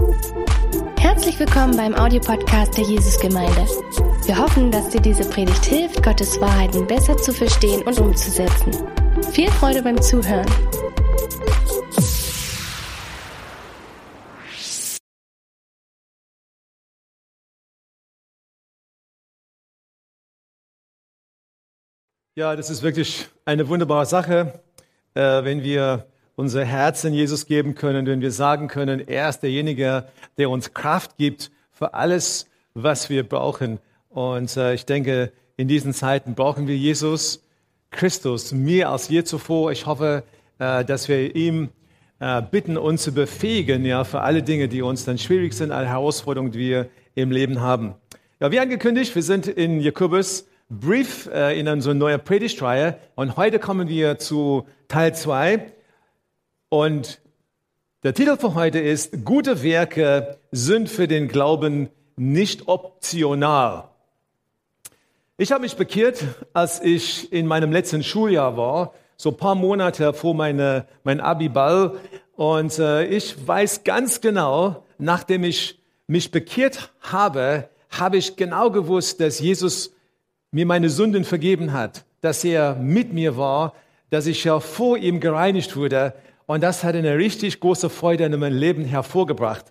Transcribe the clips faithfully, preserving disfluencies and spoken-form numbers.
Herzlich willkommen beim Audiopodcast der Jesusgemeinde. Wir hoffen, dass dir diese Predigt hilft, Gottes Wahrheiten besser zu verstehen und umzusetzen. Viel Freude beim Zuhören. Ja, das ist wirklich eine wunderbare Sache, äh, wenn wir unser Herz in Jesus geben können, wenn wir sagen können, er ist derjenige, der uns Kraft gibt für alles, was wir brauchen. Und äh, ich denke, in diesen Zeiten brauchen wir Jesus Christus mehr als je zuvor. Ich hoffe, äh, dass wir ihm äh, bitten, uns zu befähigen, ja, für alle Dinge, die uns dann schwierig sind, alle Herausforderungen, die wir im Leben haben. Ja, wie angekündigt, wir sind in Jakobus Brief äh, in unserer neuen Predigtreihe und heute kommen wir zu Teil zwei und der Titel für heute ist: Gute Werke sind für den Glauben nicht optional. Ich habe mich bekehrt, als ich in meinem letzten Schuljahr war, so ein paar Monate vor meine, mein Abi-Ball, und äh, ich weiß ganz genau, nachdem ich mich bekehrt habe, habe ich genau gewusst, dass Jesus mir meine Sünden vergeben hat, dass er mit mir war, dass ich ja vor ihm gereinigt wurde, und das hat eine richtig große Freude in meinem Leben hervorgebracht.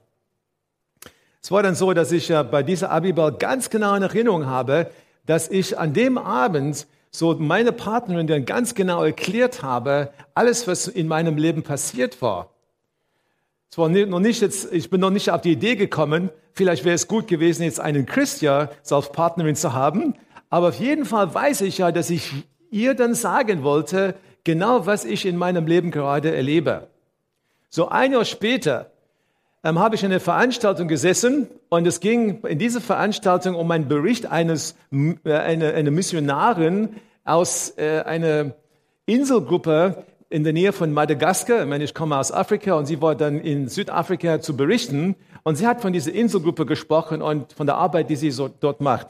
Es war dann so, dass ich ja bei dieser Abi-Ball ganz genau in Erinnerung habe, dass ich an dem Abend so meine Partnerin dann ganz genau erklärt habe, alles, was in meinem Leben passiert war. Es war noch nicht jetzt, ich bin noch nicht auf die Idee gekommen, vielleicht wäre es gut gewesen, jetzt einen Christian als Partnerin zu haben, aber auf jeden Fall weiß ich ja, dass ich ihr dann sagen wollte, genau was ich in meinem Leben gerade erlebe. So ein Jahr später ähm, habe ich in einer Veranstaltung gesessen und es ging in dieser Veranstaltung um einen Bericht eines äh, eine, eine Missionarin aus äh, einer Inselgruppe in der Nähe von Madagaskar. Ich meine, ich komme aus Afrika und sie war dann in Südafrika zu berichten und sie hat von dieser Inselgruppe gesprochen und von der Arbeit, die sie so dort macht.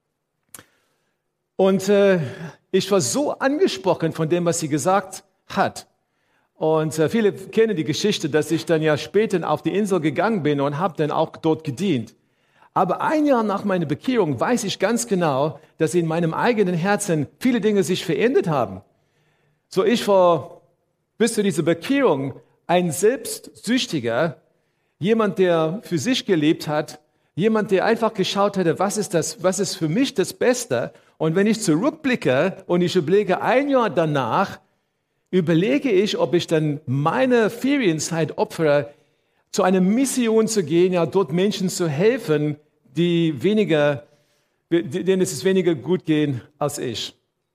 Und äh, ich war so angesprochen von dem, was sie gesagt hat. Und äh, viele kennen die Geschichte, dass ich dann ja später auf die Insel gegangen bin und habe dann auch dort gedient. Aber ein Jahr nach meiner Bekehrung weiß ich ganz genau, dass in meinem eigenen Herzen viele Dinge sich verändert haben. So, ich war bis zu dieser Bekehrung ein Selbstsüchtiger, jemand, der für sich gelebt hat, jemand, der einfach geschaut hatte, was ist das, was ist für mich das Beste. Und wenn ich zurückblicke und ich überlege ein Jahr danach, überlege ich, ob ich dann meine Ferienzeit opfere, zu einer Mission zu gehen, ja, dort Menschen zu helfen, die weniger, denen es weniger gut gehen als ich.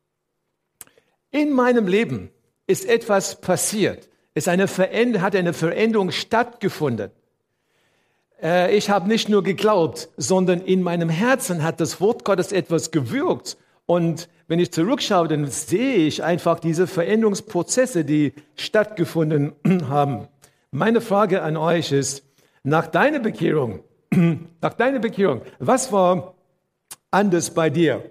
In meinem Leben ist etwas passiert. Es eine Veränder- hat eine Veränderung stattgefunden. Ich habe nicht nur geglaubt, sondern in meinem Herzen hat das Wort Gottes etwas gewirkt. Und wenn ich zurückschaue, dann sehe ich einfach diese Veränderungsprozesse, die stattgefunden haben. Meine Frage an euch ist, nach deiner Bekehrung, nach deiner Bekehrung, was war anders bei dir?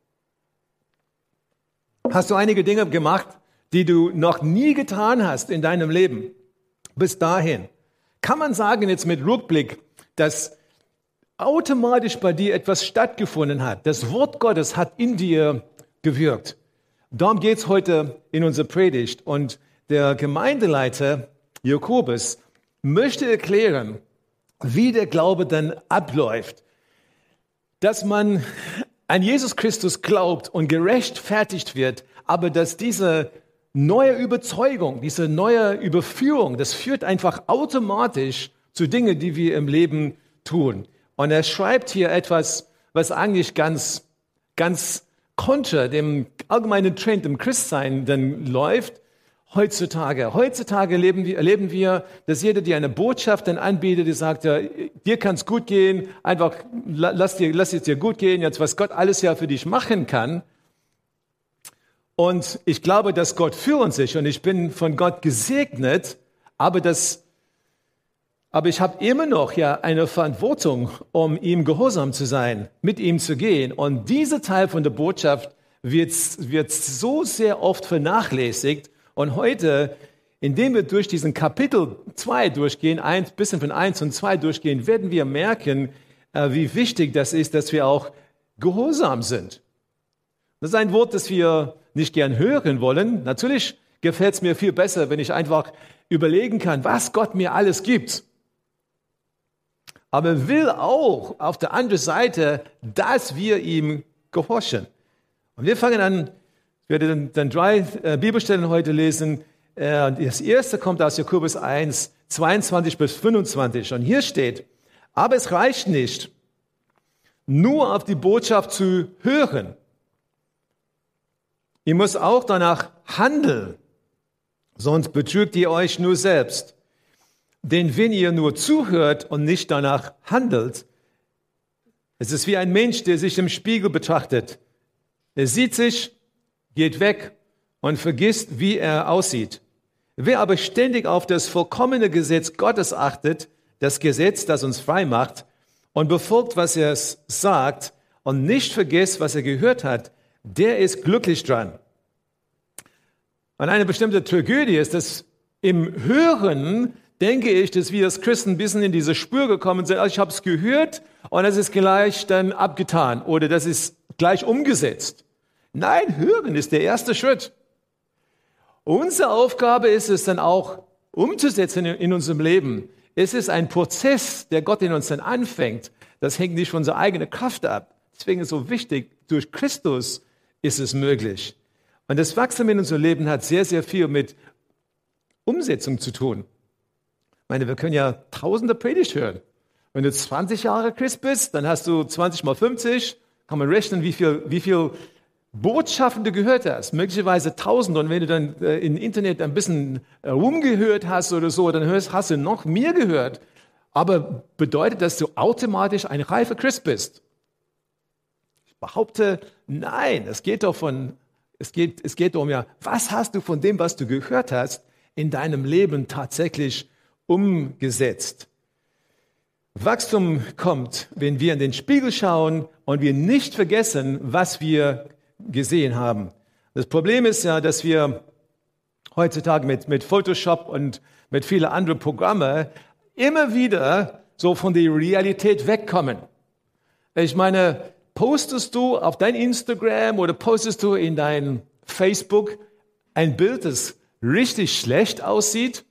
Hast du einige Dinge gemacht, die du noch nie getan hast in deinem Leben bis dahin? Kann man sagen jetzt mit Rückblick, dass automatisch bei dir etwas stattgefunden hat? Das Wort Gottes hat in dir gewirkt. Darum geht es heute in unserer Predigt. Und der Gemeindeleiter Jakobus möchte erklären, wie der Glaube dann abläuft. Dass man an Jesus Christus glaubt und gerechtfertigt wird, aber dass diese neue Überzeugung, diese neue Überführung, das führt einfach automatisch zu Dingen, die wir im Leben tun. Und er schreibt hier etwas, was eigentlich ganz, ganz kontra dem allgemeinen Trend im Christsein dann läuft. Heutzutage, heutzutage erleben wir, erleben wir, dass jeder, der eine Botschaft dann anbietet, die sagt, ja, dir kann es gut gehen, einfach lass, dir, lass es dir gut gehen, jetzt was Gott alles ja für dich machen kann. Und ich glaube, dass Gott für uns ist und ich bin von Gott gesegnet, aber das, aber ich habe immer noch ja eine Verantwortung, um ihm gehorsam zu sein, mit ihm zu gehen. Und dieser Teil von der Botschaft wird, wird so sehr oft vernachlässigt. Und heute indem wir durch diesen Kapitel zwei durchgehen, ein bisschen von eins und zwei durchgehen, werden wir merken, wie wichtig das ist, dass wir auch gehorsam sind. Das ist ein Wort, das wir nicht gern hören wollen. Natürlich gefällt es mir viel besser, wenn ich einfach überlegen kann, was Gott mir alles gibt. Aber er will auch auf der anderen Seite, dass wir ihm gehorchen. Und wir fangen an, ich werde dann, dann drei äh, Bibelstellen heute lesen. Äh, das erste kommt aus Jakobus eins, zweiundzwanzig bis fünfundzwanzig. Und hier steht, aber es reicht nicht, nur auf die Botschaft zu hören. Ihr müsst auch danach handeln, sonst betrügt ihr euch nur selbst. Denn wenn ihr nur zuhört und nicht danach handelt, es ist wie ein Mensch, der sich im Spiegel betrachtet. Er sieht sich, geht weg und vergisst, wie er aussieht. Wer aber ständig auf das vollkommene Gesetz Gottes achtet, das Gesetz, das uns frei macht, und befolgt, was er sagt und nicht vergisst, was er gehört hat, der ist glücklich dran. Und eine bestimmte Tragödie ist, dass im Hören, denke ich, dass wir als Christen ein bisschen in diese Spur gekommen sind. Also ich habe es gehört und das ist gleich dann abgetan oder das ist gleich umgesetzt. Nein, Hören ist der erste Schritt. Unsere Aufgabe ist es dann auch umzusetzen in, in unserem Leben. Es ist ein Prozess, der Gott in uns dann anfängt. Das hängt nicht von unserer eigenen Kraft ab. Deswegen ist es so wichtig, durch Christus ist es möglich. Und das Wachstum in unserem Leben hat sehr, sehr viel mit Umsetzung zu tun. Ich meine, wir können ja tausende Predigt hören. Wenn du zwanzig Jahre Christ bist, dann hast du zwanzig mal fünfzig, kann man rechnen, wie viel, wie viel Botschaften du gehört hast. Möglicherweise tausend. Und wenn du dann äh, im Internet ein bisschen äh, rumgehört hast oder so, dann hörst, hast du noch mehr gehört. Aber bedeutet das, dass du automatisch ein reifer Christ bist? Ich behaupte, nein. Es geht doch von, es geht, es geht darum, ja, was hast du von dem, was du gehört hast, in deinem Leben tatsächlich umgesetzt? Wachstum kommt, wenn wir in den Spiegel schauen und wir nicht vergessen, was wir gesehen haben. Das Problem ist ja, dass wir heutzutage mit, mit Photoshop und mit vielen anderen Programmen immer wieder so von der Realität wegkommen. Ich meine, postest du auf dein Instagram oder postest du in dein Facebook ein Bild, das richtig schlecht aussieht?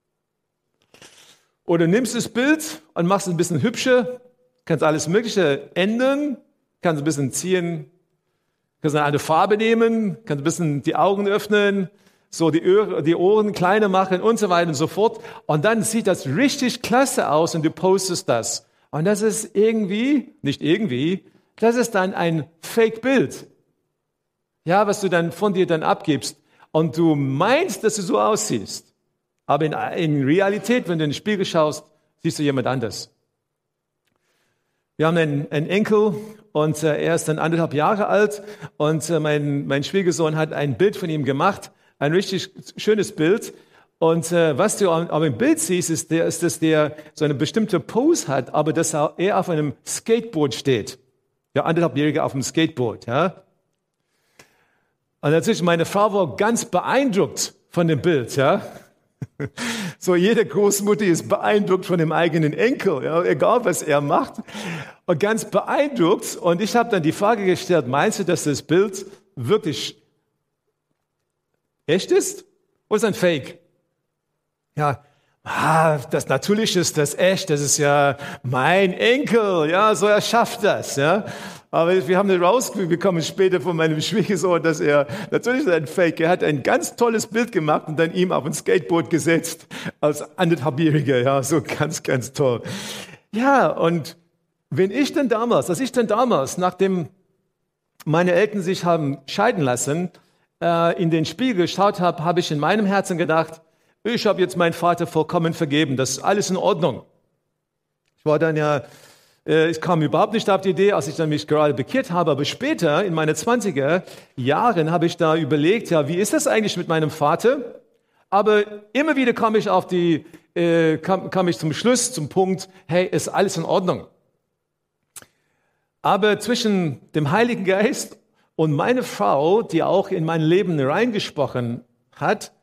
Oder nimmst das Bild und machst es ein bisschen hübscher, kannst alles Mögliche ändern, kannst ein bisschen ziehen, kannst eine andere Farbe nehmen, kannst ein bisschen die Augen öffnen, so die, Ohr, die Ohren kleiner machen und so weiter und so fort. Und dann sieht das richtig klasse aus und du postest das. Und das ist irgendwie, nicht irgendwie, das ist dann ein Fake-Bild. Ja, was du dann von dir dann abgibst. Und du meinst, dass du so aussiehst. Aber in, in Realität, wenn du in den Spiegel schaust, siehst du jemand anders. Wir haben einen, einen Enkel und äh, er ist dann anderthalb Jahre alt und äh, mein, mein Schwiegersohn hat ein Bild von ihm gemacht, ein richtig schönes Bild. Und äh, was du aber im Bild siehst, ist, der, ist, dass der so eine bestimmte Pose hat, aber dass er auf einem Skateboard steht. Der anderthalbjährige auf dem Skateboard. Ja. Und natürlich, meine Frau war ganz beeindruckt von dem Bild. Ja. So, jede Großmutter ist beeindruckt von dem eigenen Enkel, ja, egal was er macht. Und ganz beeindruckt. Und ich habe dann die Frage gestellt, meinst du, dass das Bild wirklich echt ist? Oder ist ein Fake? Ja, ah, das natürlich ist das echt, das ist ja mein Enkel, ja, so er schafft das, ja. Aber wir haben rausbekommen später von meinem Schwiegersohn, dass er, natürlich ist er ein Fake, er hat ein ganz tolles Bild gemacht und dann ihm auf ein Skateboard gesetzt, als anderthalbjähriger, ja, so ganz, ganz toll. Ja, und wenn ich dann damals, als ich dann damals, nachdem meine Eltern sich haben scheiden lassen, äh, in den Spiegel geschaut habe, habe ich in meinem Herzen gedacht, ich habe jetzt meinen Vater vollkommen vergeben, das ist alles in Ordnung. Ich war dann ja, äh, ich kam überhaupt nicht auf die Idee, als ich dann mich gerade bekehrt habe, aber später, in meinen zwanziger Jahren, habe ich da überlegt, ja, wie ist das eigentlich mit meinem Vater? Aber immer wieder kam ich auf die, äh, kam, kam ich zum Schluss, zum Punkt, hey, ist alles in Ordnung. Aber zwischen dem Heiligen Geist und meiner Frau, die auch in mein Leben reingesprochen hat,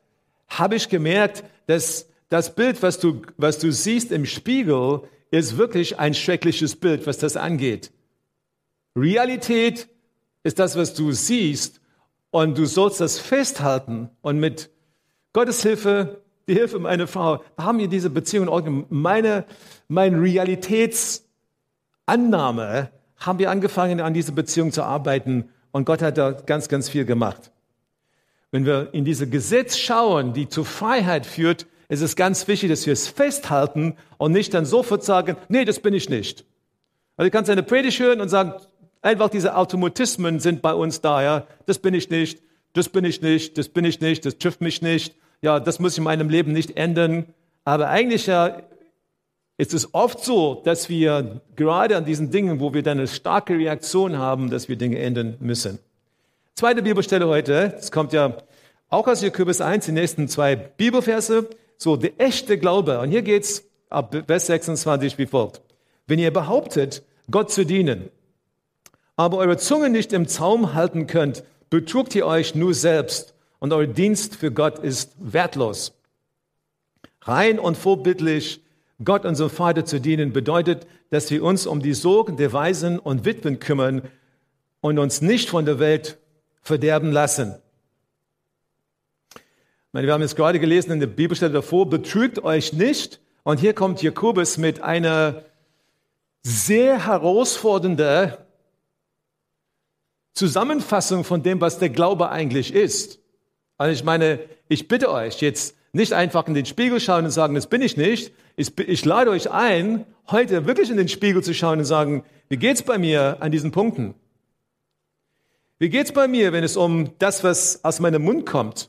habe ich gemerkt, dass das Bild, was du, was du siehst im Spiegel, ist wirklich ein schreckliches Bild, was das angeht. Realität ist das, was du siehst, und du sollst das festhalten. Und mit Gottes Hilfe, die Hilfe meiner Frau, haben wir diese Beziehung ordentlich. Meine, meine Realitätsannahme haben wir angefangen, an dieser Beziehung zu arbeiten. Und Gott hat da ganz, ganz viel gemacht. Wenn wir in dieses Gesetz schauen, die zur Freiheit führt, ist es ganz wichtig, dass wir es festhalten und nicht dann sofort sagen, nee, das bin ich nicht. Also du kannst eine Predigt hören und sagen, einfach diese Automatismen sind bei uns da, ja. Das bin ich nicht, das bin ich nicht, das bin ich nicht, das trifft mich nicht. Ja, das muss ich in meinem Leben nicht ändern. Aber eigentlich ja ist es oft so, dass wir gerade an diesen Dingen, wo wir dann eine starke Reaktion haben, dass wir Dinge ändern müssen. Zweite Bibelstelle heute, das kommt ja auch aus Jakobus eins, die nächsten zwei Bibelverse, so der echte Glaube. Und hier geht's ab Vers sechsundzwanzig wie folgt. Wenn ihr behauptet, Gott zu dienen, aber eure Zunge nicht im Zaum halten könnt, betrügt ihr euch nur selbst und euer Dienst für Gott ist wertlos. Rein und vorbildlich Gott, unserem Vater, zu dienen, bedeutet, dass wir uns um die Sorgen der Waisen und Witwen kümmern und uns nicht von der Welt verderben lassen. Ich meine, wir haben es gerade gelesen in der Bibelstelle davor, betrügt euch nicht. Und hier kommt Jakobus mit einer sehr herausfordernden Zusammenfassung von dem, was der Glaube eigentlich ist. Also ich meine, ich bitte euch jetzt nicht einfach in den Spiegel schauen und sagen, das bin ich nicht. Ich, ich lade euch ein, heute wirklich in den Spiegel zu schauen und sagen, wie geht's bei mir an diesen Punkten? Wie geht's bei mir, wenn es um das, was aus meinem Mund kommt?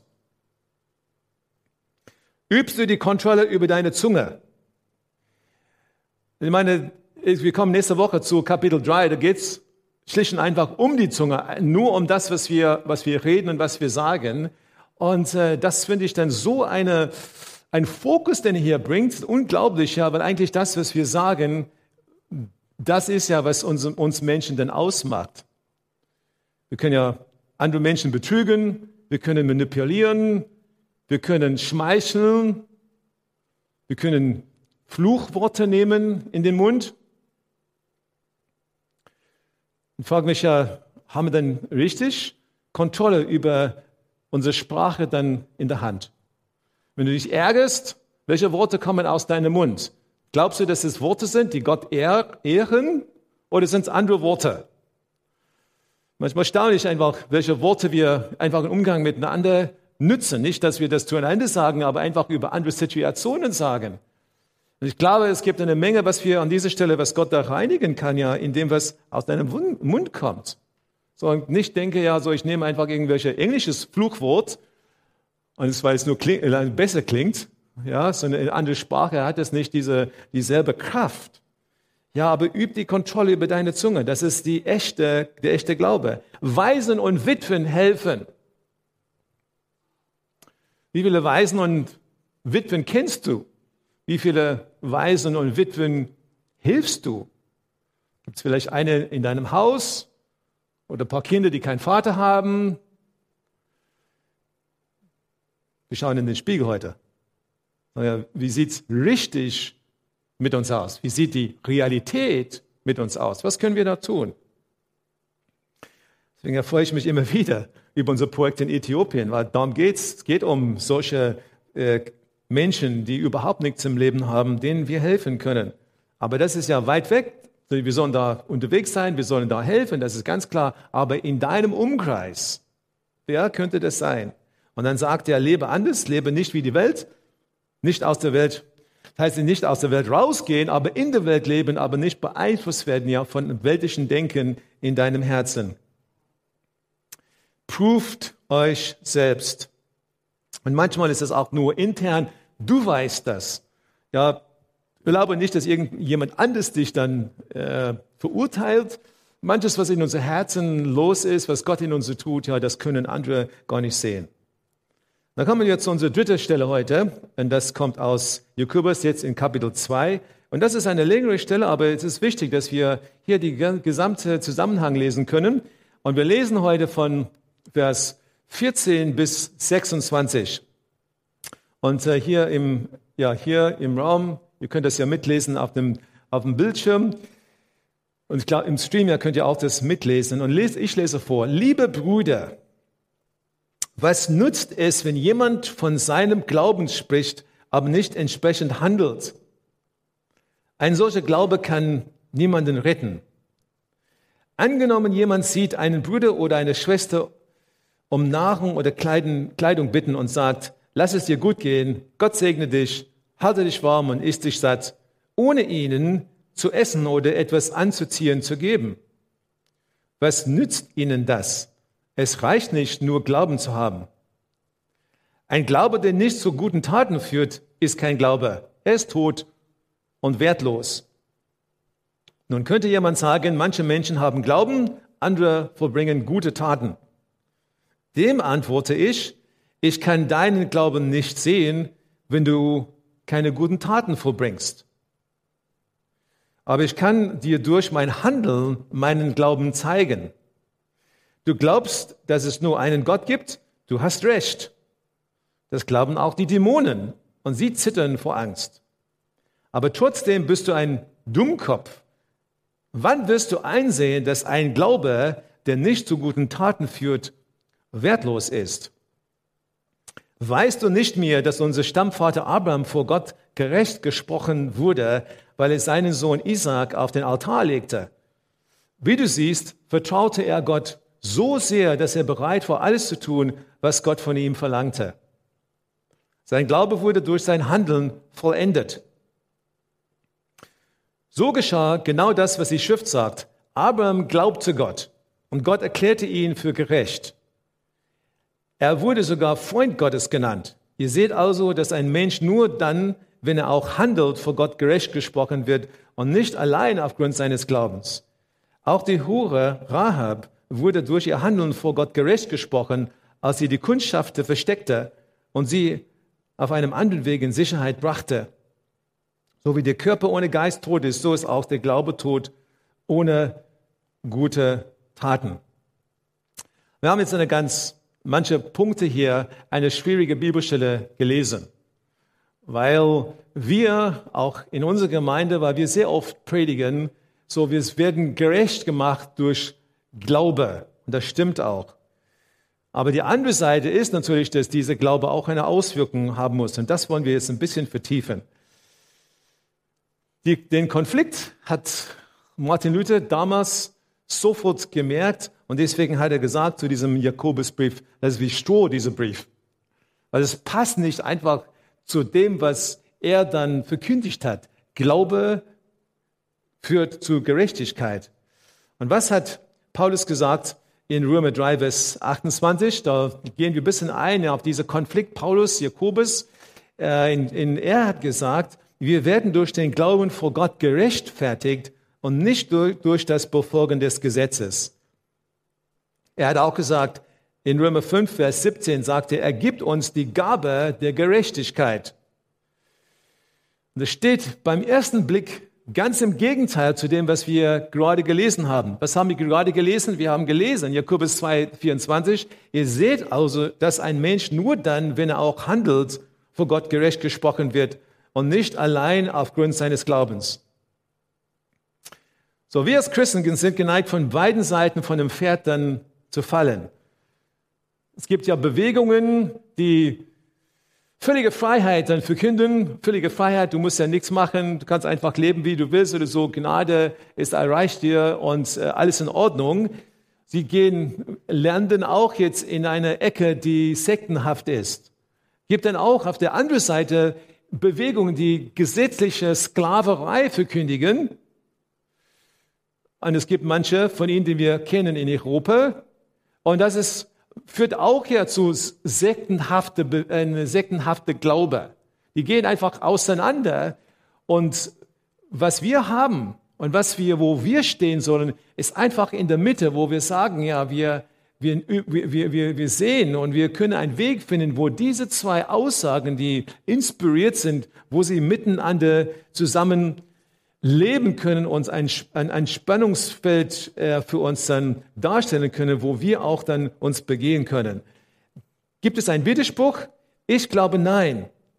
Übst du die Kontrolle über deine Zunge? Ich meine, wir kommen nächste Woche zu Kapitel drei, da geht's schlicht und einfach um die Zunge, nur um das, was wir, was wir reden und was wir sagen. Und äh, das finde ich dann so eine, ein Fokus, den er hier bringt, unglaublich, ja, weil eigentlich das, was wir sagen, das ist ja, was uns, uns Menschen dann ausmacht. Wir können ja andere Menschen betrügen, wir können manipulieren, wir können schmeicheln, wir können Fluchworte nehmen in den Mund. Ich frage mich ja, haben wir denn richtig Kontrolle über unsere Sprache dann in der Hand? Wenn du dich ärgerst, welche Worte kommen aus deinem Mund? Glaubst du, dass es Worte sind, die Gott ehren, oder sind es andere Worte? Manchmal staune ich einfach, welche Worte wir einfach im Umgang miteinander nützen. Nicht, dass wir das zueinander sagen, aber einfach über andere Situationen sagen. Und ich glaube, es gibt eine Menge, was wir an dieser Stelle, was Gott da reinigen kann, ja, in dem, was aus deinem Mund kommt. So, und nicht denke, ja, so, ich nehme einfach irgendwelche englisches Fluchwort, und es, weil es nur kling, äh, besser klingt, ja, so eine andere Sprache hat es nicht diese, dieselbe Kraft. Ja, aber üb die Kontrolle über deine Zunge. Das ist die echte, der echte Glaube. Waisen und Witwen helfen. Wie viele Waisen und Witwen kennst du? Wie viele Waisen und Witwen hilfst du? Gibt es vielleicht eine in deinem Haus oder ein paar Kinder, die keinen Vater haben? Wir schauen in den Spiegel heute. Wie sieht es richtig mit uns aus? Wie sieht die Realität mit uns aus? Was können wir da tun? Deswegen erfreue ich mich immer wieder über unser Projekt in Äthiopien, weil darum geht's. Es geht um solche äh, Menschen, die überhaupt nichts im Leben haben, denen wir helfen können. Aber das ist ja weit weg. Wir sollen da unterwegs sein, wir sollen da helfen, das ist ganz klar. Aber in deinem Umkreis, wer könnte das sein? Und dann sagt er, lebe anders, lebe nicht wie die Welt, nicht aus der Welt. Das heißt nicht aus der Welt rausgehen, aber in der Welt leben, aber nicht beeinflusst werden ja von weltlichen Denken in deinem Herzen. Prüft euch selbst. Und manchmal ist es auch nur intern, du weißt das. Ja, ich glaube nicht, dass irgendjemand anders dich dann äh, verurteilt. Manches, was in unser Herzen los ist, was Gott in uns tut, ja, das können andere gar nicht sehen. Dann kommen wir jetzt zu unserer dritten Stelle heute, und das kommt aus Jakobus jetzt in Kapitel zwei. Und das ist eine längere Stelle, aber es ist wichtig, dass wir hier die gesamte Zusammenhang lesen können. Und wir lesen heute von Vers vierzehn bis sechsundzwanzig. Und äh, hier, im, ja, hier im Raum, ihr könnt das ja mitlesen auf dem, auf dem Bildschirm. Und ich glaube, im Stream ja könnt ihr auch das mitlesen. Und lese, ich lese vor. Liebe Brüder, was nützt es, wenn jemand von seinem Glauben spricht, aber nicht entsprechend handelt? Ein solcher Glaube kann niemanden retten. Angenommen, jemand sieht einen Bruder oder eine Schwester um Nahrung oder Kleidung bitten und sagt, lass es dir gut gehen, Gott segne dich, halte dich warm und iss dich satt, ohne ihnen zu essen oder etwas anzuziehen zu geben. Was nützt ihnen das? Es reicht nicht, nur Glauben zu haben. Ein Glaube, der nicht zu guten Taten führt, ist kein Glaube. Er ist tot und wertlos. Nun könnte jemand sagen, manche Menschen haben Glauben, andere vollbringen gute Taten. Dem antworte ich, ich kann deinen Glauben nicht sehen, wenn du keine guten Taten vollbringst. Aber ich kann dir durch mein Handeln meinen Glauben zeigen. Du glaubst, dass es nur einen Gott gibt? Du hast recht. Das glauben auch die Dämonen und sie zittern vor Angst. Aber trotzdem bist du ein Dummkopf. Wann wirst du einsehen, dass ein Glaube, der nicht zu guten Taten führt, wertlos ist? Weißt du nicht mehr, dass unser Stammvater Abraham vor Gott gerecht gesprochen wurde, weil er seinen Sohn Isaak auf den Altar legte? Wie du siehst, vertraute er Gott so sehr, dass er bereit war, alles zu tun, was Gott von ihm verlangte. Sein Glaube wurde durch sein Handeln vollendet. So geschah genau das, was die Schrift sagt. Abraham glaubte Gott und Gott erklärte ihn für gerecht. Er wurde sogar Freund Gottes genannt. Ihr seht also, dass ein Mensch nur dann, wenn er auch handelt, vor Gott gerecht gesprochen wird und nicht allein aufgrund seines Glaubens. Auch die Hure Rahab wurde durch ihr Handeln vor Gott gerecht gesprochen, als sie die Kundschafter versteckte und sie auf einem anderen Weg in Sicherheit brachte. So wie der Körper ohne Geist tot ist, so ist auch der Glaube tot ohne gute Taten. Wir haben jetzt eine ganz, manche Punkte hier, eine schwierige Bibelstelle gelesen, weil wir auch in unserer Gemeinde, weil wir sehr oft predigen, so wir werden gerecht gemacht durch Glaube. Und das stimmt auch. Aber die andere Seite ist natürlich, dass dieser Glaube auch eine Auswirkung haben muss. Und das wollen wir jetzt ein bisschen vertiefen. Die, den Konflikt hat Martin Luther damals sofort gemerkt und deswegen hat er gesagt zu diesem Jakobusbrief, das ist wie Stroh, dieser Brief. Weil es passt nicht einfach zu dem, was er dann verkündigt hat. Glaube führt zu Gerechtigkeit. Und was hat Paulus gesagt in Römer drei, Vers achtundzwanzig? Da gehen wir ein bisschen ein auf diesen Konflikt Paulus, Jakobus. Äh, in, in, er hat gesagt, wir werden durch den Glauben vor Gott gerechtfertigt und nicht durch, durch das Befolgen des Gesetzes. Er hat auch gesagt, in Römer fünf, Vers siebzehn sagte er, er gibt uns die Gabe der Gerechtigkeit. Und das steht beim ersten Blick ganz im Gegenteil zu dem, was wir gerade gelesen haben. Was haben wir gerade gelesen? Wir haben gelesen, Jakobus zwei, vierundzwanzig, ihr seht also, dass ein Mensch nur dann, wenn er auch handelt, vor Gott gerecht gesprochen wird und nicht allein aufgrund seines Glaubens. So, wir als Christen sind geneigt, von beiden Seiten von dem Pferd dann zu fallen. Es gibt ja Bewegungen, die völlige Freiheit dann verkünden, völlige Freiheit, du musst ja nichts machen, du kannst einfach leben, wie du willst oder so, Gnade ist erreicht dir und äh, alles in Ordnung. Sie gehen, landen auch jetzt in eine Ecke, die sektenhaft ist. Gibt dann auch auf der anderen Seite Bewegungen, die gesetzliche Sklaverei verkündigen. Und es gibt manche von ihnen, die wir kennen in Europa. Und das ist, führt auch ja zu sektenhafte, eine sektenhafte Glaube. Die gehen einfach auseinander. Und was wir haben und was wir, wo wir stehen sollen, ist einfach in der Mitte, wo wir sagen, ja, wir, wir, wir, wir, wir sehen und wir können einen Weg finden, wo diese zwei Aussagen, die inspiriert sind, wo sie miteinander zusammen leben können, uns ein, ein, ein Spannungsfeld äh, für uns dann darstellen können, wo wir auch dann uns begehen können. Gibt es einen Widerspruch? Ich glaube, nein.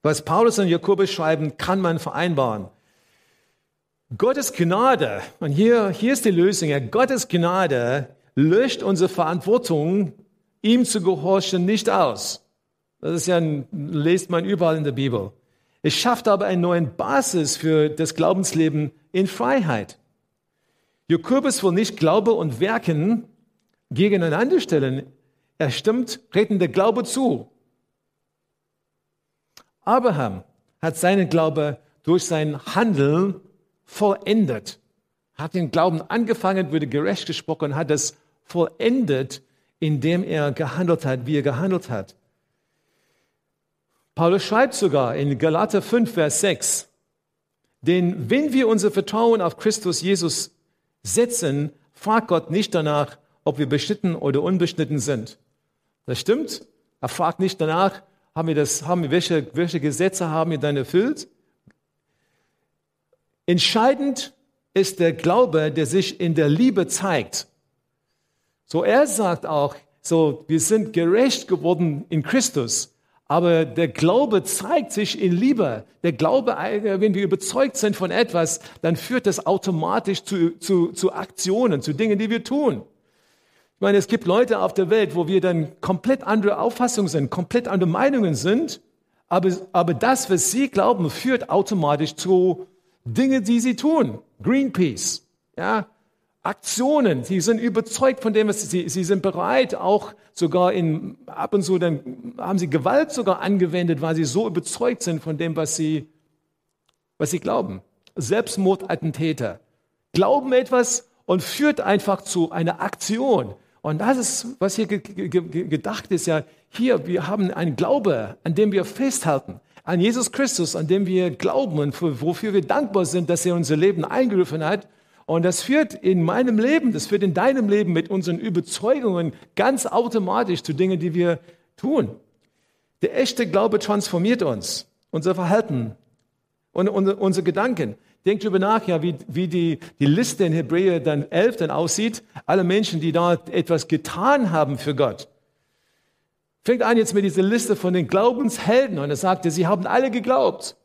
Was Paulus und Jakobus schreiben, kann man vereinbaren. Gottes Gnade, und hier, hier ist die Lösung, ja, Gottes Gnade löscht unsere Verantwortung, ihm zu gehorchen, nicht aus. Das ist ja, lest man überall in der Bibel. Es schafft aber eine neue Basis für das Glaubensleben in Freiheit. Jakobus will nicht Glaube und Werken gegeneinander stellen. Er stimmt rettender Glaube zu. Abraham hat seinen Glaube durch sein Handeln vollendet. Hat den Glauben angefangen, wurde gerecht gesprochen, hat es vollendet, indem er gehandelt hat, wie er gehandelt hat. Paulus schreibt sogar in Galater fünf, Vers sechs, denn wenn wir unser Vertrauen auf Christus Jesus setzen, fragt Gott nicht danach, ob wir beschnitten oder unbeschnitten sind. Das stimmt. Er fragt nicht danach, haben wir das, haben wir, welche, welche Gesetze haben wir dann erfüllt? Entscheidend ist der Glaube, der sich in der Liebe zeigt. So, er sagt auch, so, wir sind gerecht geworden in Christus, aber der Glaube zeigt sich in Liebe. Der Glaube, wenn wir überzeugt sind von etwas, dann führt das automatisch zu, zu, zu Aktionen, zu Dingen, die wir tun. Ich meine, es gibt Leute auf der Welt, wo wir dann komplett andere Auffassungen sind, komplett andere Meinungen sind, aber, aber das, was sie glauben, führt automatisch zu Dingen, die sie tun. Greenpeace, ja, Aktionen. Sie sind überzeugt von dem, was sie, sie sind bereit, auch sogar in, ab und zu, dann haben sie Gewalt sogar angewendet, weil sie so überzeugt sind von dem, was sie, was sie glauben. Selbstmordattentäter glauben etwas und führt einfach zu einer Aktion. Und das ist, was hier ge- ge- gedacht ist, ja, hier, wir haben einen Glaube, an dem wir festhalten, an Jesus Christus, an dem wir glauben und für, wofür wir dankbar sind, dass er unser Leben eingegriffen hat. Und das führt in meinem Leben, das führt in deinem Leben mit unseren Überzeugungen ganz automatisch zu Dingen, die wir tun. Der echte Glaube transformiert uns, unser Verhalten und unsere Gedanken. Denkt darüber nach, ja, wie, wie die, die Liste in Hebräer dann elf dann aussieht. Alle Menschen, die da etwas getan haben für Gott. Fängt an jetzt mit dieser Liste von den Glaubenshelden. Und er sagte, sie haben alle geglaubt.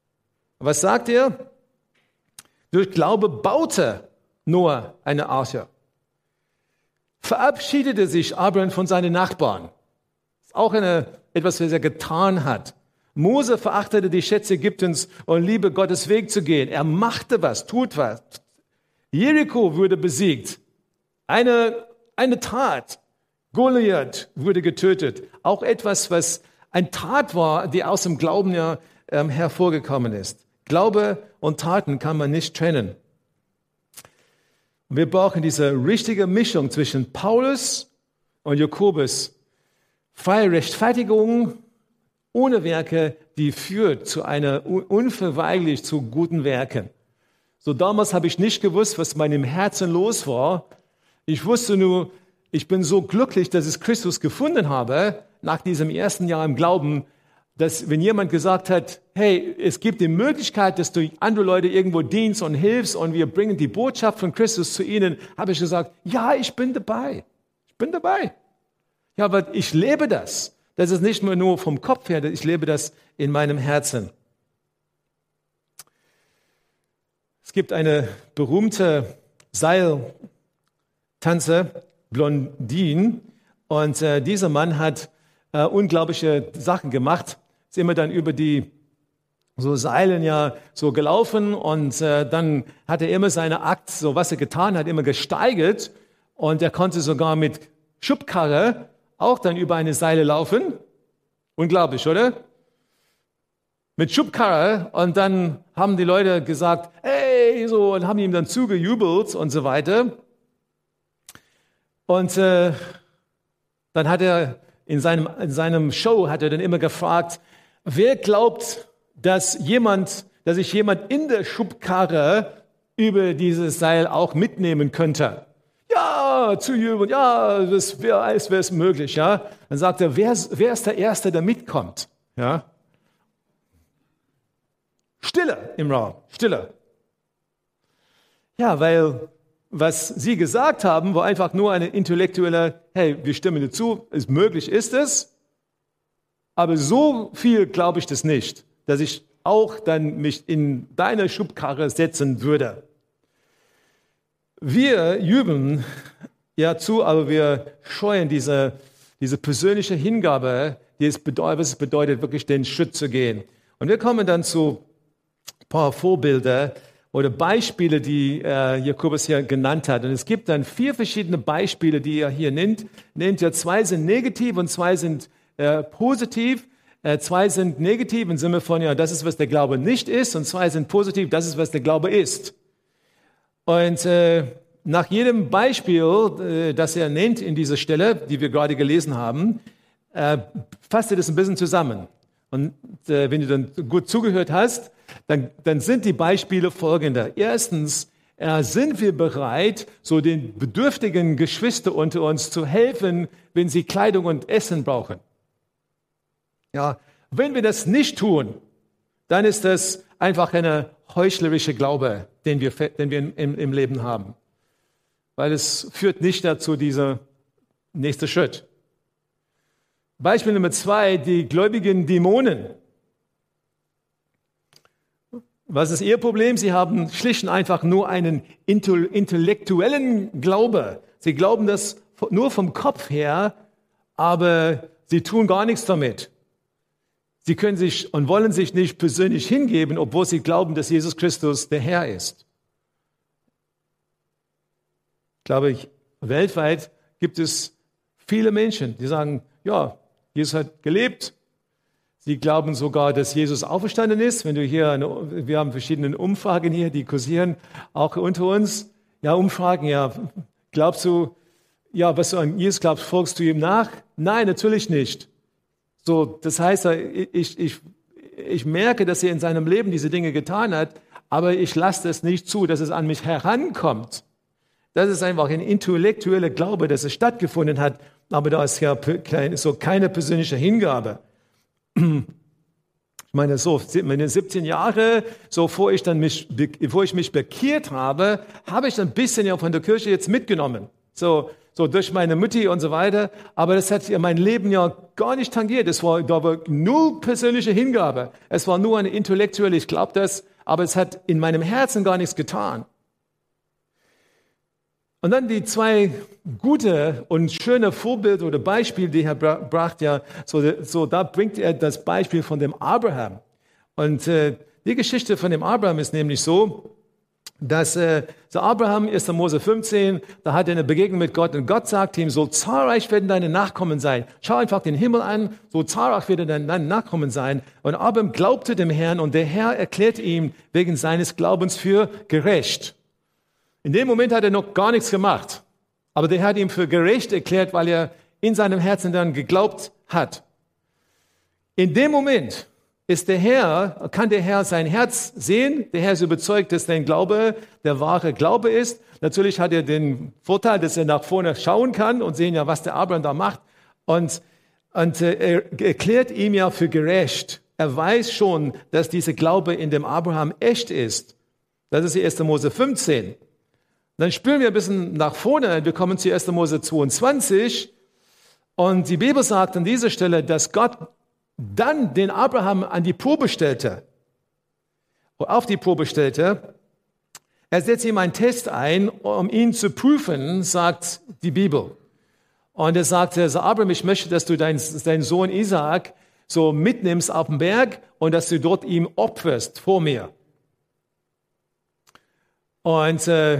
Was sagt er? Durch Glaube baute Noah eine Arche. Verabschiedete sich Abraham von seinen Nachbarn. Das ist auch eine, etwas, was er getan hat. Mose verachtete die Schätze Ägyptens und liebe Gottes Weg zu gehen. Er machte was, tut was. Jericho wurde besiegt. Eine, eine Tat. Goliath wurde getötet. Auch etwas, was ein Tat war, die aus dem Glauben ja ähm, hervorgekommen ist. Glaube und Taten kann man nicht trennen. Wir brauchen diese richtige Mischung zwischen Paulus und Jakobus. Freie Rechtfertigung ohne Werke, die führt zu einer unverweigerlich zu guten Werken. So damals habe ich nicht gewusst, was in meinem Herzen los war. Ich wusste nur, ich bin so glücklich, dass ich Christus gefunden habe, nach diesem ersten Jahr im Glauben, dass wenn jemand gesagt hat, hey, es gibt die Möglichkeit, dass du andere Leute irgendwo dienst und hilfst und wir bringen die Botschaft von Christus zu ihnen, habe ich gesagt, ja, ich bin dabei. Ich bin dabei. Ja, aber ich lebe das. Das ist nicht mehr nur vom Kopf her, ich lebe das in meinem Herzen. Es gibt eine berühmte Seiltanzer, Blondine, und äh, dieser Mann hat äh, unglaubliche Sachen gemacht. Ist immer dann über die so Seilen ja so gelaufen und äh, dann hat er immer seine Akt, so was er getan hat, immer gesteigert und er konnte sogar mit Schubkarre auch dann über eine Seile laufen. Unglaublich, oder? Mit Schubkarre und dann haben die Leute gesagt, hey, so, und haben ihm dann zugejubelt und so weiter. Und äh, dann hat er in seinem, in seinem Show hat er dann immer gefragt, wer glaubt, dass jemand, dass ich jemand in der Schubkarre über dieses Seil auch mitnehmen könnte? Ja, zu jubeln, ja, das wäre als wäre es möglich, ja. Dann sagt er, wer, wer ist der Erste, der mitkommt? Ja. Stille im Raum, Stille. Ja, weil was sie gesagt haben, war einfach nur eine intellektuelle, hey, wir stimmen dir zu, ist möglich, ist es. Aber so viel glaube ich das nicht, dass ich auch dann mich in deine Schubkarre setzen würde. Wir üben ja zu, aber wir scheuen diese, diese persönliche Hingabe, die es bedeutet, was es bedeutet, wirklich den Schritt zu gehen. Und wir kommen dann zu ein paar Vorbilder oder Beispiele, die äh, Jakobus hier genannt hat. Und es gibt dann vier verschiedene Beispiele, die er hier nennt. nennt ja, zwei sind negativ und zwei sind äh, positiv. Äh, zwei sind negativ im Sinne von, ja, das ist, was der Glaube nicht ist. Und zwei sind positiv, das ist, was der Glaube ist. Und äh, nach jedem Beispiel, äh, das er nennt in dieser Stelle, die wir gerade gelesen haben, äh, fasst er das ein bisschen zusammen. Und äh, wenn du dann gut zugehört hast, dann, dann sind die Beispiele folgende. Erstens, äh, sind wir bereit, so den bedürftigen Geschwistern unter uns zu helfen, wenn sie Kleidung und Essen brauchen. Ja, wenn wir das nicht tun, dann ist das einfach eine heuchlerische Glaube, den wir, den wir im, im Leben haben. Weil es führt nicht dazu, dieser nächste Schritt. Beispiel Nummer zwei, die gläubigen Dämonen. Was ist ihr Problem? Sie haben schlicht und einfach nur einen intellektuellen Glaube. Sie glauben das nur vom Kopf her, aber sie tun gar nichts damit. Sie können sich und wollen sich nicht persönlich hingeben, obwohl sie glauben, dass Jesus Christus der Herr ist. Ich glaube, weltweit gibt es viele Menschen, die sagen, ja, Jesus hat gelebt. Sie glauben sogar, dass Jesus auferstanden ist. Wenn du hier, eine, wir haben verschiedene Umfragen hier, die kursieren auch unter uns. Ja, Umfragen, ja, glaubst du, ja, was du an Jesus glaubst, folgst du ihm nach? Nein, natürlich nicht. So, das heißt, ich, ich, ich merke, dass er in seinem Leben diese Dinge getan hat, aber ich lasse es nicht zu, dass es an mich herankommt. Das ist einfach ein intellektueller Glaube, dass es stattgefunden hat, aber da ist ja so keine persönliche Hingabe. Ich meine, so meine siebzehn Jahre, so bevor ich dann mich, bevor ich mich bekehrt habe, habe ich ein bisschen ja von der Kirche jetzt mitgenommen. So, so durch meine Mutti und so weiter. Aber das hat ja mein Leben ja gar nicht tangiert. Es war, da war null persönliche Hingabe. Es war nur eine intellektuelle, ich glaube das, aber es hat in meinem Herzen gar nichts getan. Und dann die zwei gute und schöne Vorbilder oder Beispiele, die er brachte, ja, so, so da bringt er das Beispiel von dem Abraham. Und äh, die Geschichte von dem Abraham ist nämlich so, dass äh, so Abraham, erster Mose fünfzehn, da hat er eine Begegnung mit Gott und Gott sagt ihm, so zahlreich werden deine Nachkommen sein. Schau einfach den Himmel an, so zahlreich werden deine Nachkommen sein. Und Abraham glaubte dem Herrn und der Herr erklärte ihm wegen seines Glaubens für gerecht. In dem Moment hat er noch gar nichts gemacht. Aber der Herr hat ihm für gerecht erklärt, weil er in seinem Herzen dann geglaubt hat. In dem Moment ist der Herr, kann der Herr sein Herz sehen. Der Herr ist überzeugt, dass sein Glaube der wahre Glaube ist. Natürlich hat er den Vorteil, dass er nach vorne schauen kann und sehen ja, was der Abraham da macht. Und, und äh, er erklärt ihm ja für gerecht. Er weiß schon, dass dieser Glaube in dem Abraham echt ist. Das ist erster Mose fünfzehn. Dann spüren wir ein bisschen nach vorne. Wir kommen zu erster Mose zweiundzwanzig. Und die Bibel sagt an dieser Stelle, dass Gott dann den Abraham an die Probe stellte. Auf die Probe stellte. Er setzt ihm einen Test ein, um ihn zu prüfen, sagt die Bibel. Und er sagte, so Abraham, ich möchte, dass du deinen, deinen Sohn Isaak so mitnimmst auf den Berg und dass du dort ihm opferst vor mir. Und äh,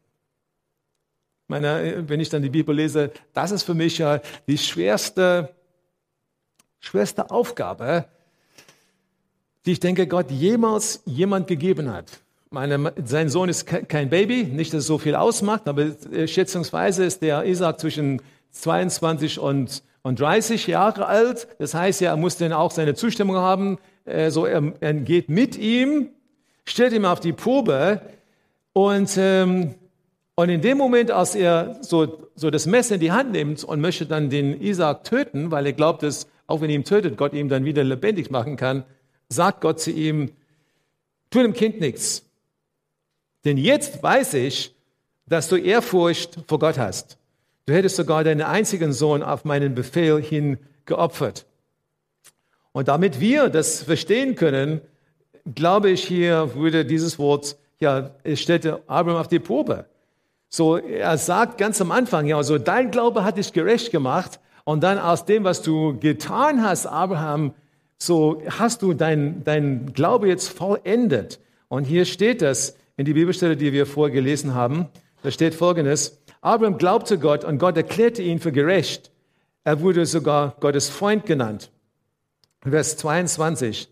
meine, wenn ich dann die Bibel lese, das ist für mich ja die schwerste, schwerste Aufgabe, die ich denke, Gott jemals jemand gegeben hat. Meine, sein Sohn ist kein Baby, nicht, dass es so viel ausmacht, aber schätzungsweise ist der Isaak zwischen zweiundzwanzig und, und dreißig Jahre alt. Das heißt ja, er muss dann auch seine Zustimmung haben. So, er, er geht mit ihm, stellt ihn auf die Probe und ähm, Und in dem Moment, als er so, so das Messer in die Hand nimmt und möchte dann den Isaak töten, weil er glaubt, dass auch wenn er ihn tötet, Gott ihn dann wieder lebendig machen kann, sagt Gott zu ihm, tu dem Kind nichts. Denn jetzt weiß ich, dass du Ehrfurcht vor Gott hast. Du hättest sogar deinen einzigen Sohn auf meinen Befehl hin geopfert. Und damit wir das verstehen können, glaube ich, hier würde dieses Wort, ja, es stellte Abraham auf die Probe. So, er sagt ganz am Anfang, ja, so dein Glaube hat dich gerecht gemacht und dann aus dem, was du getan hast, Abraham, so hast du dein, dein Glaube jetzt vollendet. Und hier steht das in die Bibelstelle, die wir vorgelesen haben. Da steht Folgendes: Abraham glaubte Gott und Gott erklärte ihn für gerecht. Er wurde sogar Gottes Freund genannt. Vers zweiundzwanzig.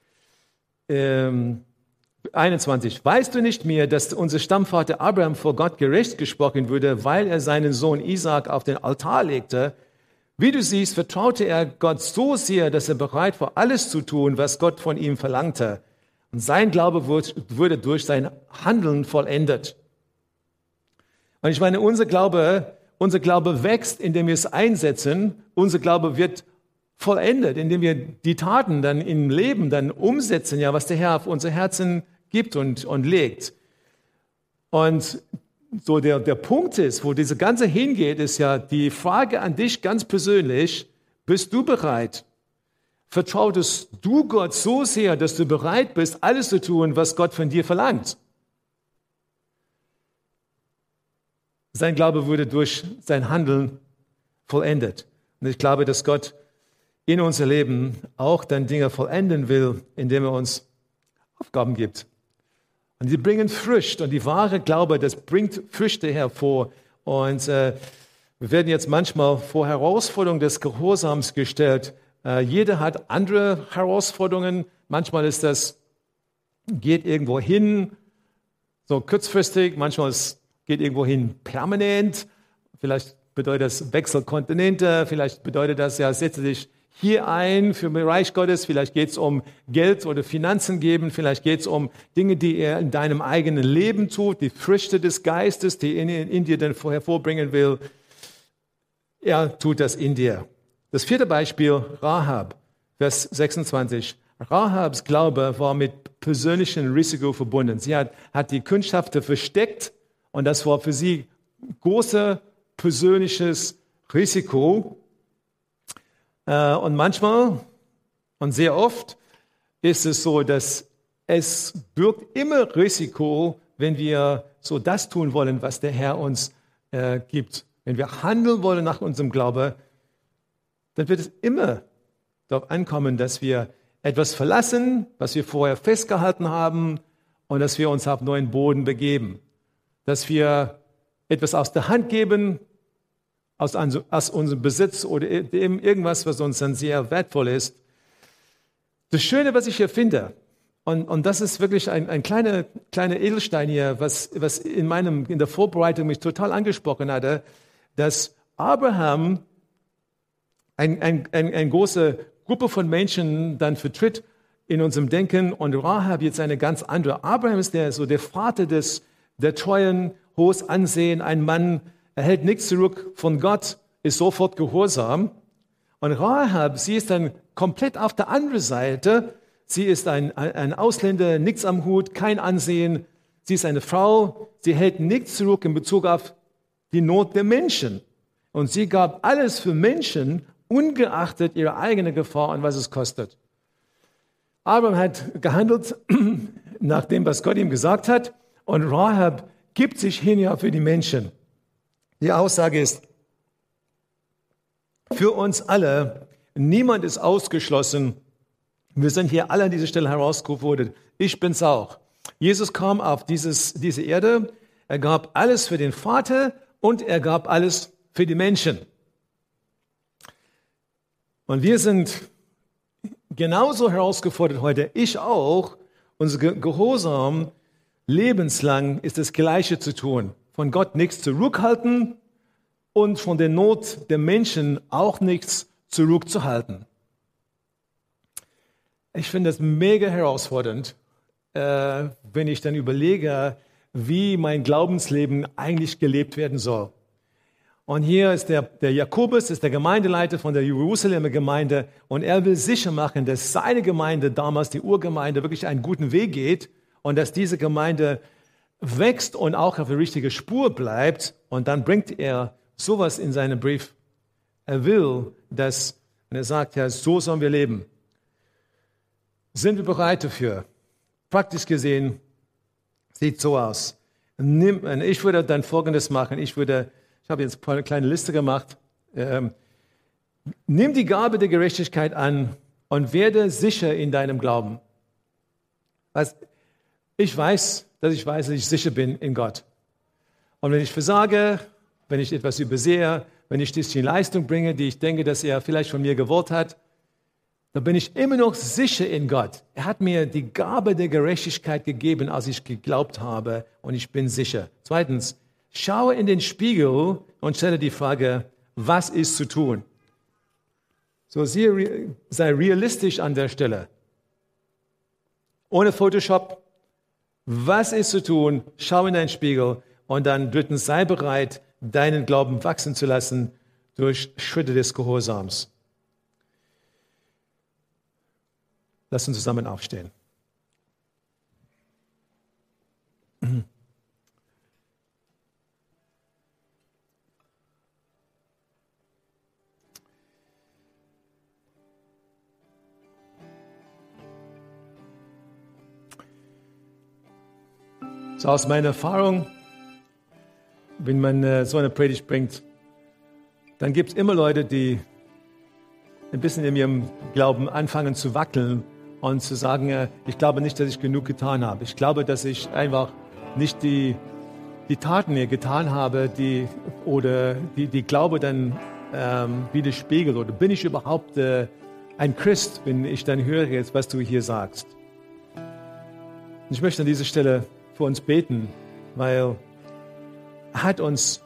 Ähm, einundzwanzig. Weißt du nicht mehr, dass unser Stammvater Abraham vor Gott gerecht gesprochen wurde, weil er seinen Sohn Isaak auf den Altar legte? Wie du siehst, vertraute er Gott so sehr, dass er bereit war, alles zu tun, was Gott von ihm verlangte. Und sein Glaube wurde durch sein Handeln vollendet. Und ich meine, unser Glaube, unser Glaube wächst, indem wir es einsetzen. Unser Glaube wird vollendet, indem wir die Taten dann im Leben dann umsetzen, ja, was der Herr auf unser Herzen gibt und, und legt. Und so der, der Punkt ist, wo diese Ganze hingeht, ist ja die Frage an dich ganz persönlich: Bist du bereit? Vertrautest du Gott so sehr, dass du bereit bist, alles zu tun, was Gott von dir verlangt? Sein Glaube wurde durch sein Handeln vollendet. Und ich glaube, dass Gott in unser Leben auch dann Dinge vollenden will, indem er uns Aufgaben gibt. Und die bringen Früchte. Und die wahre Glaube, das bringt Früchte hervor. Und äh, wir werden jetzt manchmal vor Herausforderungen des Gehorsams gestellt. Äh, jeder hat andere Herausforderungen. Manchmal ist das, geht irgendwo hin, so kurzfristig. Manchmal ist, geht irgendwo hin permanent. Vielleicht bedeutet das Wechsel Kontinente. Vielleicht bedeutet das, ja, setze dich hier ein für den Reich Gottes. Vielleicht geht es um Geld oder Finanzen geben. Vielleicht geht es um Dinge, die er in deinem eigenen Leben tut, die Früchte des Geistes, die er in, in dir dann hervorbringen will. Er tut das in dir. Das vierte Beispiel, Rahab, Vers sechsundzwanzig. Rahabs Glaube war mit persönlichem Risiko verbunden. Sie hat, hat die Kundschafter versteckt und das war für sie großes persönliches Risiko. Und manchmal und sehr oft ist es so, dass es birgt immer Risiko, wenn wir so das tun wollen, was der Herr uns äh, gibt. Wenn wir handeln wollen nach unserem Glaube, dann wird es immer darauf ankommen, dass wir etwas verlassen, was wir vorher festgehalten haben, und dass wir uns auf neuen Boden begeben. Dass wir etwas aus der Hand geben, Aus, aus unserem Besitz oder eben irgendwas, was uns dann sehr wertvoll ist. Das Schöne, was ich hier finde, und, und das ist wirklich ein, ein kleiner, kleiner Edelstein hier, was, was in, meinem, in der Vorbereitung mich total angesprochen hatte, dass Abraham eine ein, ein, ein große Gruppe von Menschen dann vertritt in unserem Denken und Rahab jetzt eine ganz andere. Abraham ist der, so der Vater des, der Treuen, hohes Ansehen, ein Mann. Er hält nichts zurück von Gott, ist sofort gehorsam. Und Rahab, sie ist dann komplett auf der anderen Seite. Sie ist ein, ein Ausländer, nichts am Hut, kein Ansehen. Sie ist eine Frau, sie hält nichts zurück in Bezug auf die Not der Menschen. Und sie gab alles für Menschen, ungeachtet ihrer eigenen Gefahr und was es kostet. Abraham hat gehandelt nach dem, was Gott ihm gesagt hat. Und Rahab gibt sich hin ja für die Menschen. Die Aussage ist, für uns alle, niemand ist ausgeschlossen. Wir sind hier alle an dieser Stelle herausgefordert. Ich bin's auch. Jesus kam auf dieses, diese Erde. Er gab alles für den Vater und er gab alles für die Menschen. Und wir sind genauso herausgefordert heute, ich auch. Unser Gehorsam lebenslang ist das Gleiche zu tun. Von Gott nichts zurückhalten und von der Not der Menschen auch nichts zurückzuhalten. Ich finde das mega herausfordernd, äh, wenn ich dann überlege, wie mein Glaubensleben eigentlich gelebt werden soll. Und hier ist der, der Jakobus, ist der Gemeindeleiter von der Jerusalemer Gemeinde, und er will sicher machen, dass seine Gemeinde, damals die Urgemeinde, wirklich einen guten Weg geht und dass diese Gemeinde wächst und auch auf der richtigen Spur bleibt. Und dann bringt er sowas in seinen Brief. Er will, dass, und er sagt, ja, so sollen wir leben. Sind wir bereit dafür? Praktisch gesehen sieht so aus. Nimm, ich würde dann Folgendes machen. Ich würde, ich habe jetzt eine kleine Liste gemacht. Ähm, nimm die Gabe der Gerechtigkeit an und werde sicher in deinem Glauben. Also, ich weiß, dass ich weiß, dass ich sicher bin in Gott. Und wenn ich versage, wenn ich etwas übersehe, wenn ich nicht die Leistung bringe, die ich denke, dass er vielleicht von mir gewollt hat, dann bin ich immer noch sicher in Gott. Er hat mir die Gabe der Gerechtigkeit gegeben, als ich geglaubt habe, und ich bin sicher. Zweitens, schaue in den Spiegel und stelle die Frage, was ist zu tun? So, sei realistisch an der Stelle. Ohne Photoshop. Was ist zu tun? Schau in den Spiegel. Und dann drittens, sei bereit, deinen Glauben wachsen zu lassen durch Schritte des Gehorsams. Lass uns zusammen aufstehen. So aus meiner Erfahrung, wenn man äh, so eine Predigt bringt, dann gibt es immer Leute, die ein bisschen in ihrem Glauben anfangen zu wackeln und zu sagen, äh, ich glaube nicht, dass ich genug getan habe. Ich glaube, dass ich einfach nicht die, die Taten mir getan habe, die, oder die, die Glaube dann ähm, widerspiegelt. Oder bin ich überhaupt äh, ein Christ, wenn ich dann höre jetzt, was du hier sagst. Und ich möchte an dieser Stelle für uns beten, weil er hat uns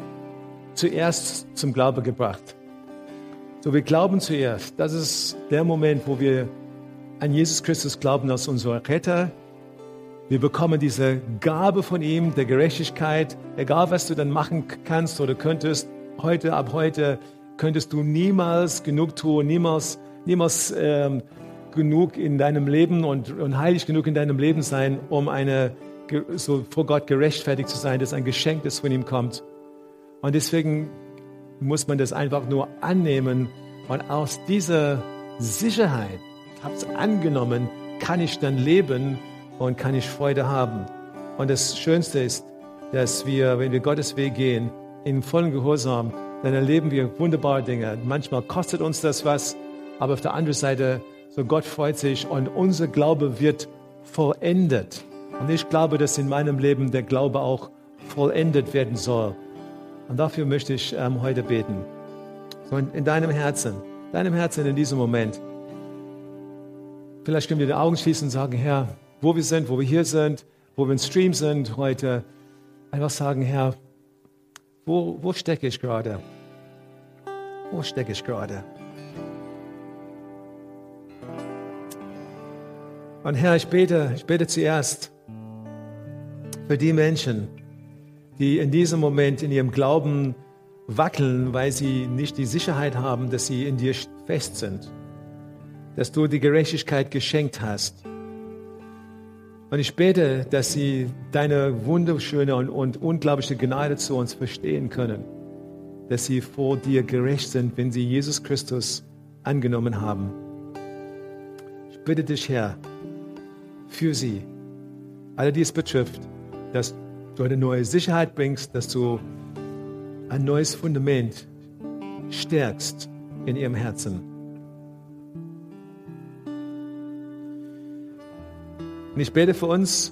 zuerst zum Glauben gebracht. So, wir glauben zuerst. Das ist der Moment, wo wir an Jesus Christus glauben als unser Retter. Wir bekommen diese Gabe von ihm, der Gerechtigkeit. Egal, was du dann machen kannst oder könntest, heute, ab heute, könntest du niemals genug tun, niemals, niemals ähm, genug in deinem Leben und, und heilig genug in deinem Leben sein, um eine so vor Gott gerechtfertigt zu sein, dass ein Geschenk, das von ihm kommt. Und deswegen muss man das einfach nur annehmen. Und aus dieser Sicherheit, ich habe es angenommen, kann ich dann leben und kann ich Freude haben. Und das Schönste ist, dass wir, wenn wir Gottes Weg gehen, in vollen Gehorsam, dann erleben wir wunderbare Dinge. Manchmal kostet uns das was, aber auf der anderen Seite, so Gott freut sich und unser Glaube wird vollendet. Und ich glaube, dass in meinem Leben der Glaube auch vollendet werden soll. Und dafür möchte ich ähm, heute beten. So in, in deinem Herzen, deinem Herzen in diesem Moment. Vielleicht können wir die Augen schließen und sagen, Herr, wo wir sind, wo wir hier sind, wo wir im Stream sind heute, einfach sagen, Herr, wo, wo stecke ich gerade? Wo stecke ich gerade? Und Herr, ich bete, ich bete zuerst für die Menschen, die in diesem Moment in ihrem Glauben wackeln, weil sie nicht die Sicherheit haben, dass sie in dir fest sind, dass du die Gerechtigkeit geschenkt hast. Und ich bete, dass sie deine wunderschöne und, und unglaubliche Gnade zu uns verstehen können, dass sie vor dir gerecht sind, wenn sie Jesus Christus angenommen haben. Ich bitte dich, Herr, für sie, alle, die es betrifft, dass du eine neue Sicherheit bringst, dass du ein neues Fundament stärkst in ihrem Herzen. Und ich bete für uns,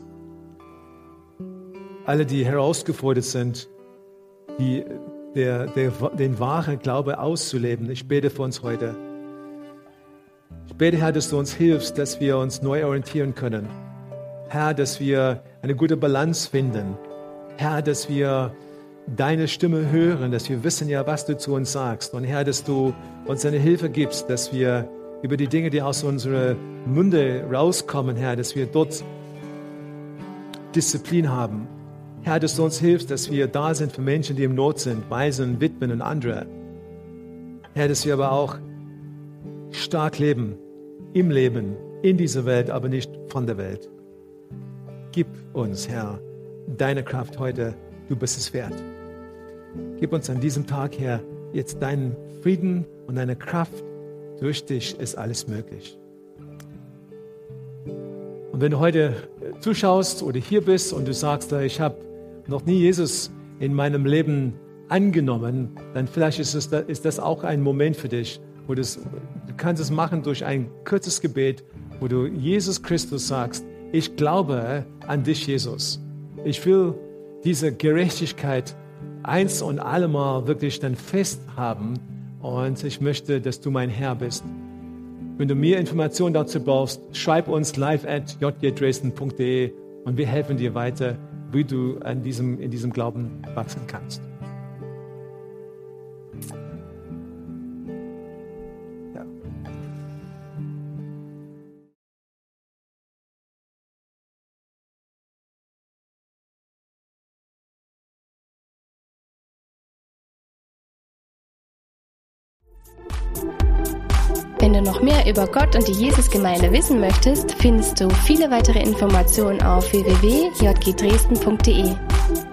alle, die herausgefordert sind, die, der, der, den wahren Glaube auszuleben. Ich bete für uns heute. Ich bete, Herr, dass du uns hilfst, dass wir uns neu orientieren können. Herr, dass wir eine gute Balance finden. Herr, dass wir deine Stimme hören, dass wir wissen ja, was du zu uns sagst. Und Herr, dass du uns eine Hilfe gibst, dass wir über die Dinge, die aus unserer Munde rauskommen, Herr, dass wir dort Disziplin haben. Herr, dass du uns hilfst, dass wir da sind für Menschen, die im Not sind, Waisen, Witwen und andere. Herr, dass wir aber auch stark leben, im Leben, in dieser Welt, aber nicht von der Welt. Gib uns, Herr, deine Kraft heute, du bist es wert. Gib uns an diesem Tag, Herr, jetzt deinen Frieden und deine Kraft. Durch dich ist alles möglich. wenn du heute zuschaust oder hier bist und du sagst, ich habe noch nie Jesus in meinem Leben angenommen, dann vielleicht ist, es, ist das auch ein Moment für dich, wo das, du kannst es machen durch ein kurzes Gebet, wo du Jesus Christus sagst, ich glaube an dich, Jesus. Ich will diese Gerechtigkeit eins und allemal wirklich dann festhaben und ich möchte, dass du mein Herr bist. Wenn du mehr Informationen dazu brauchst, schreib uns live at j g dresden punkt d e und wir helfen dir weiter, wie du an diesem, in diesem Glauben wachsen kannst. Ja. Wenn du noch mehr über Gott und die Jesusgemeinde wissen möchtest, findest du viele weitere Informationen auf w w w punkt j g dresden punkt d e.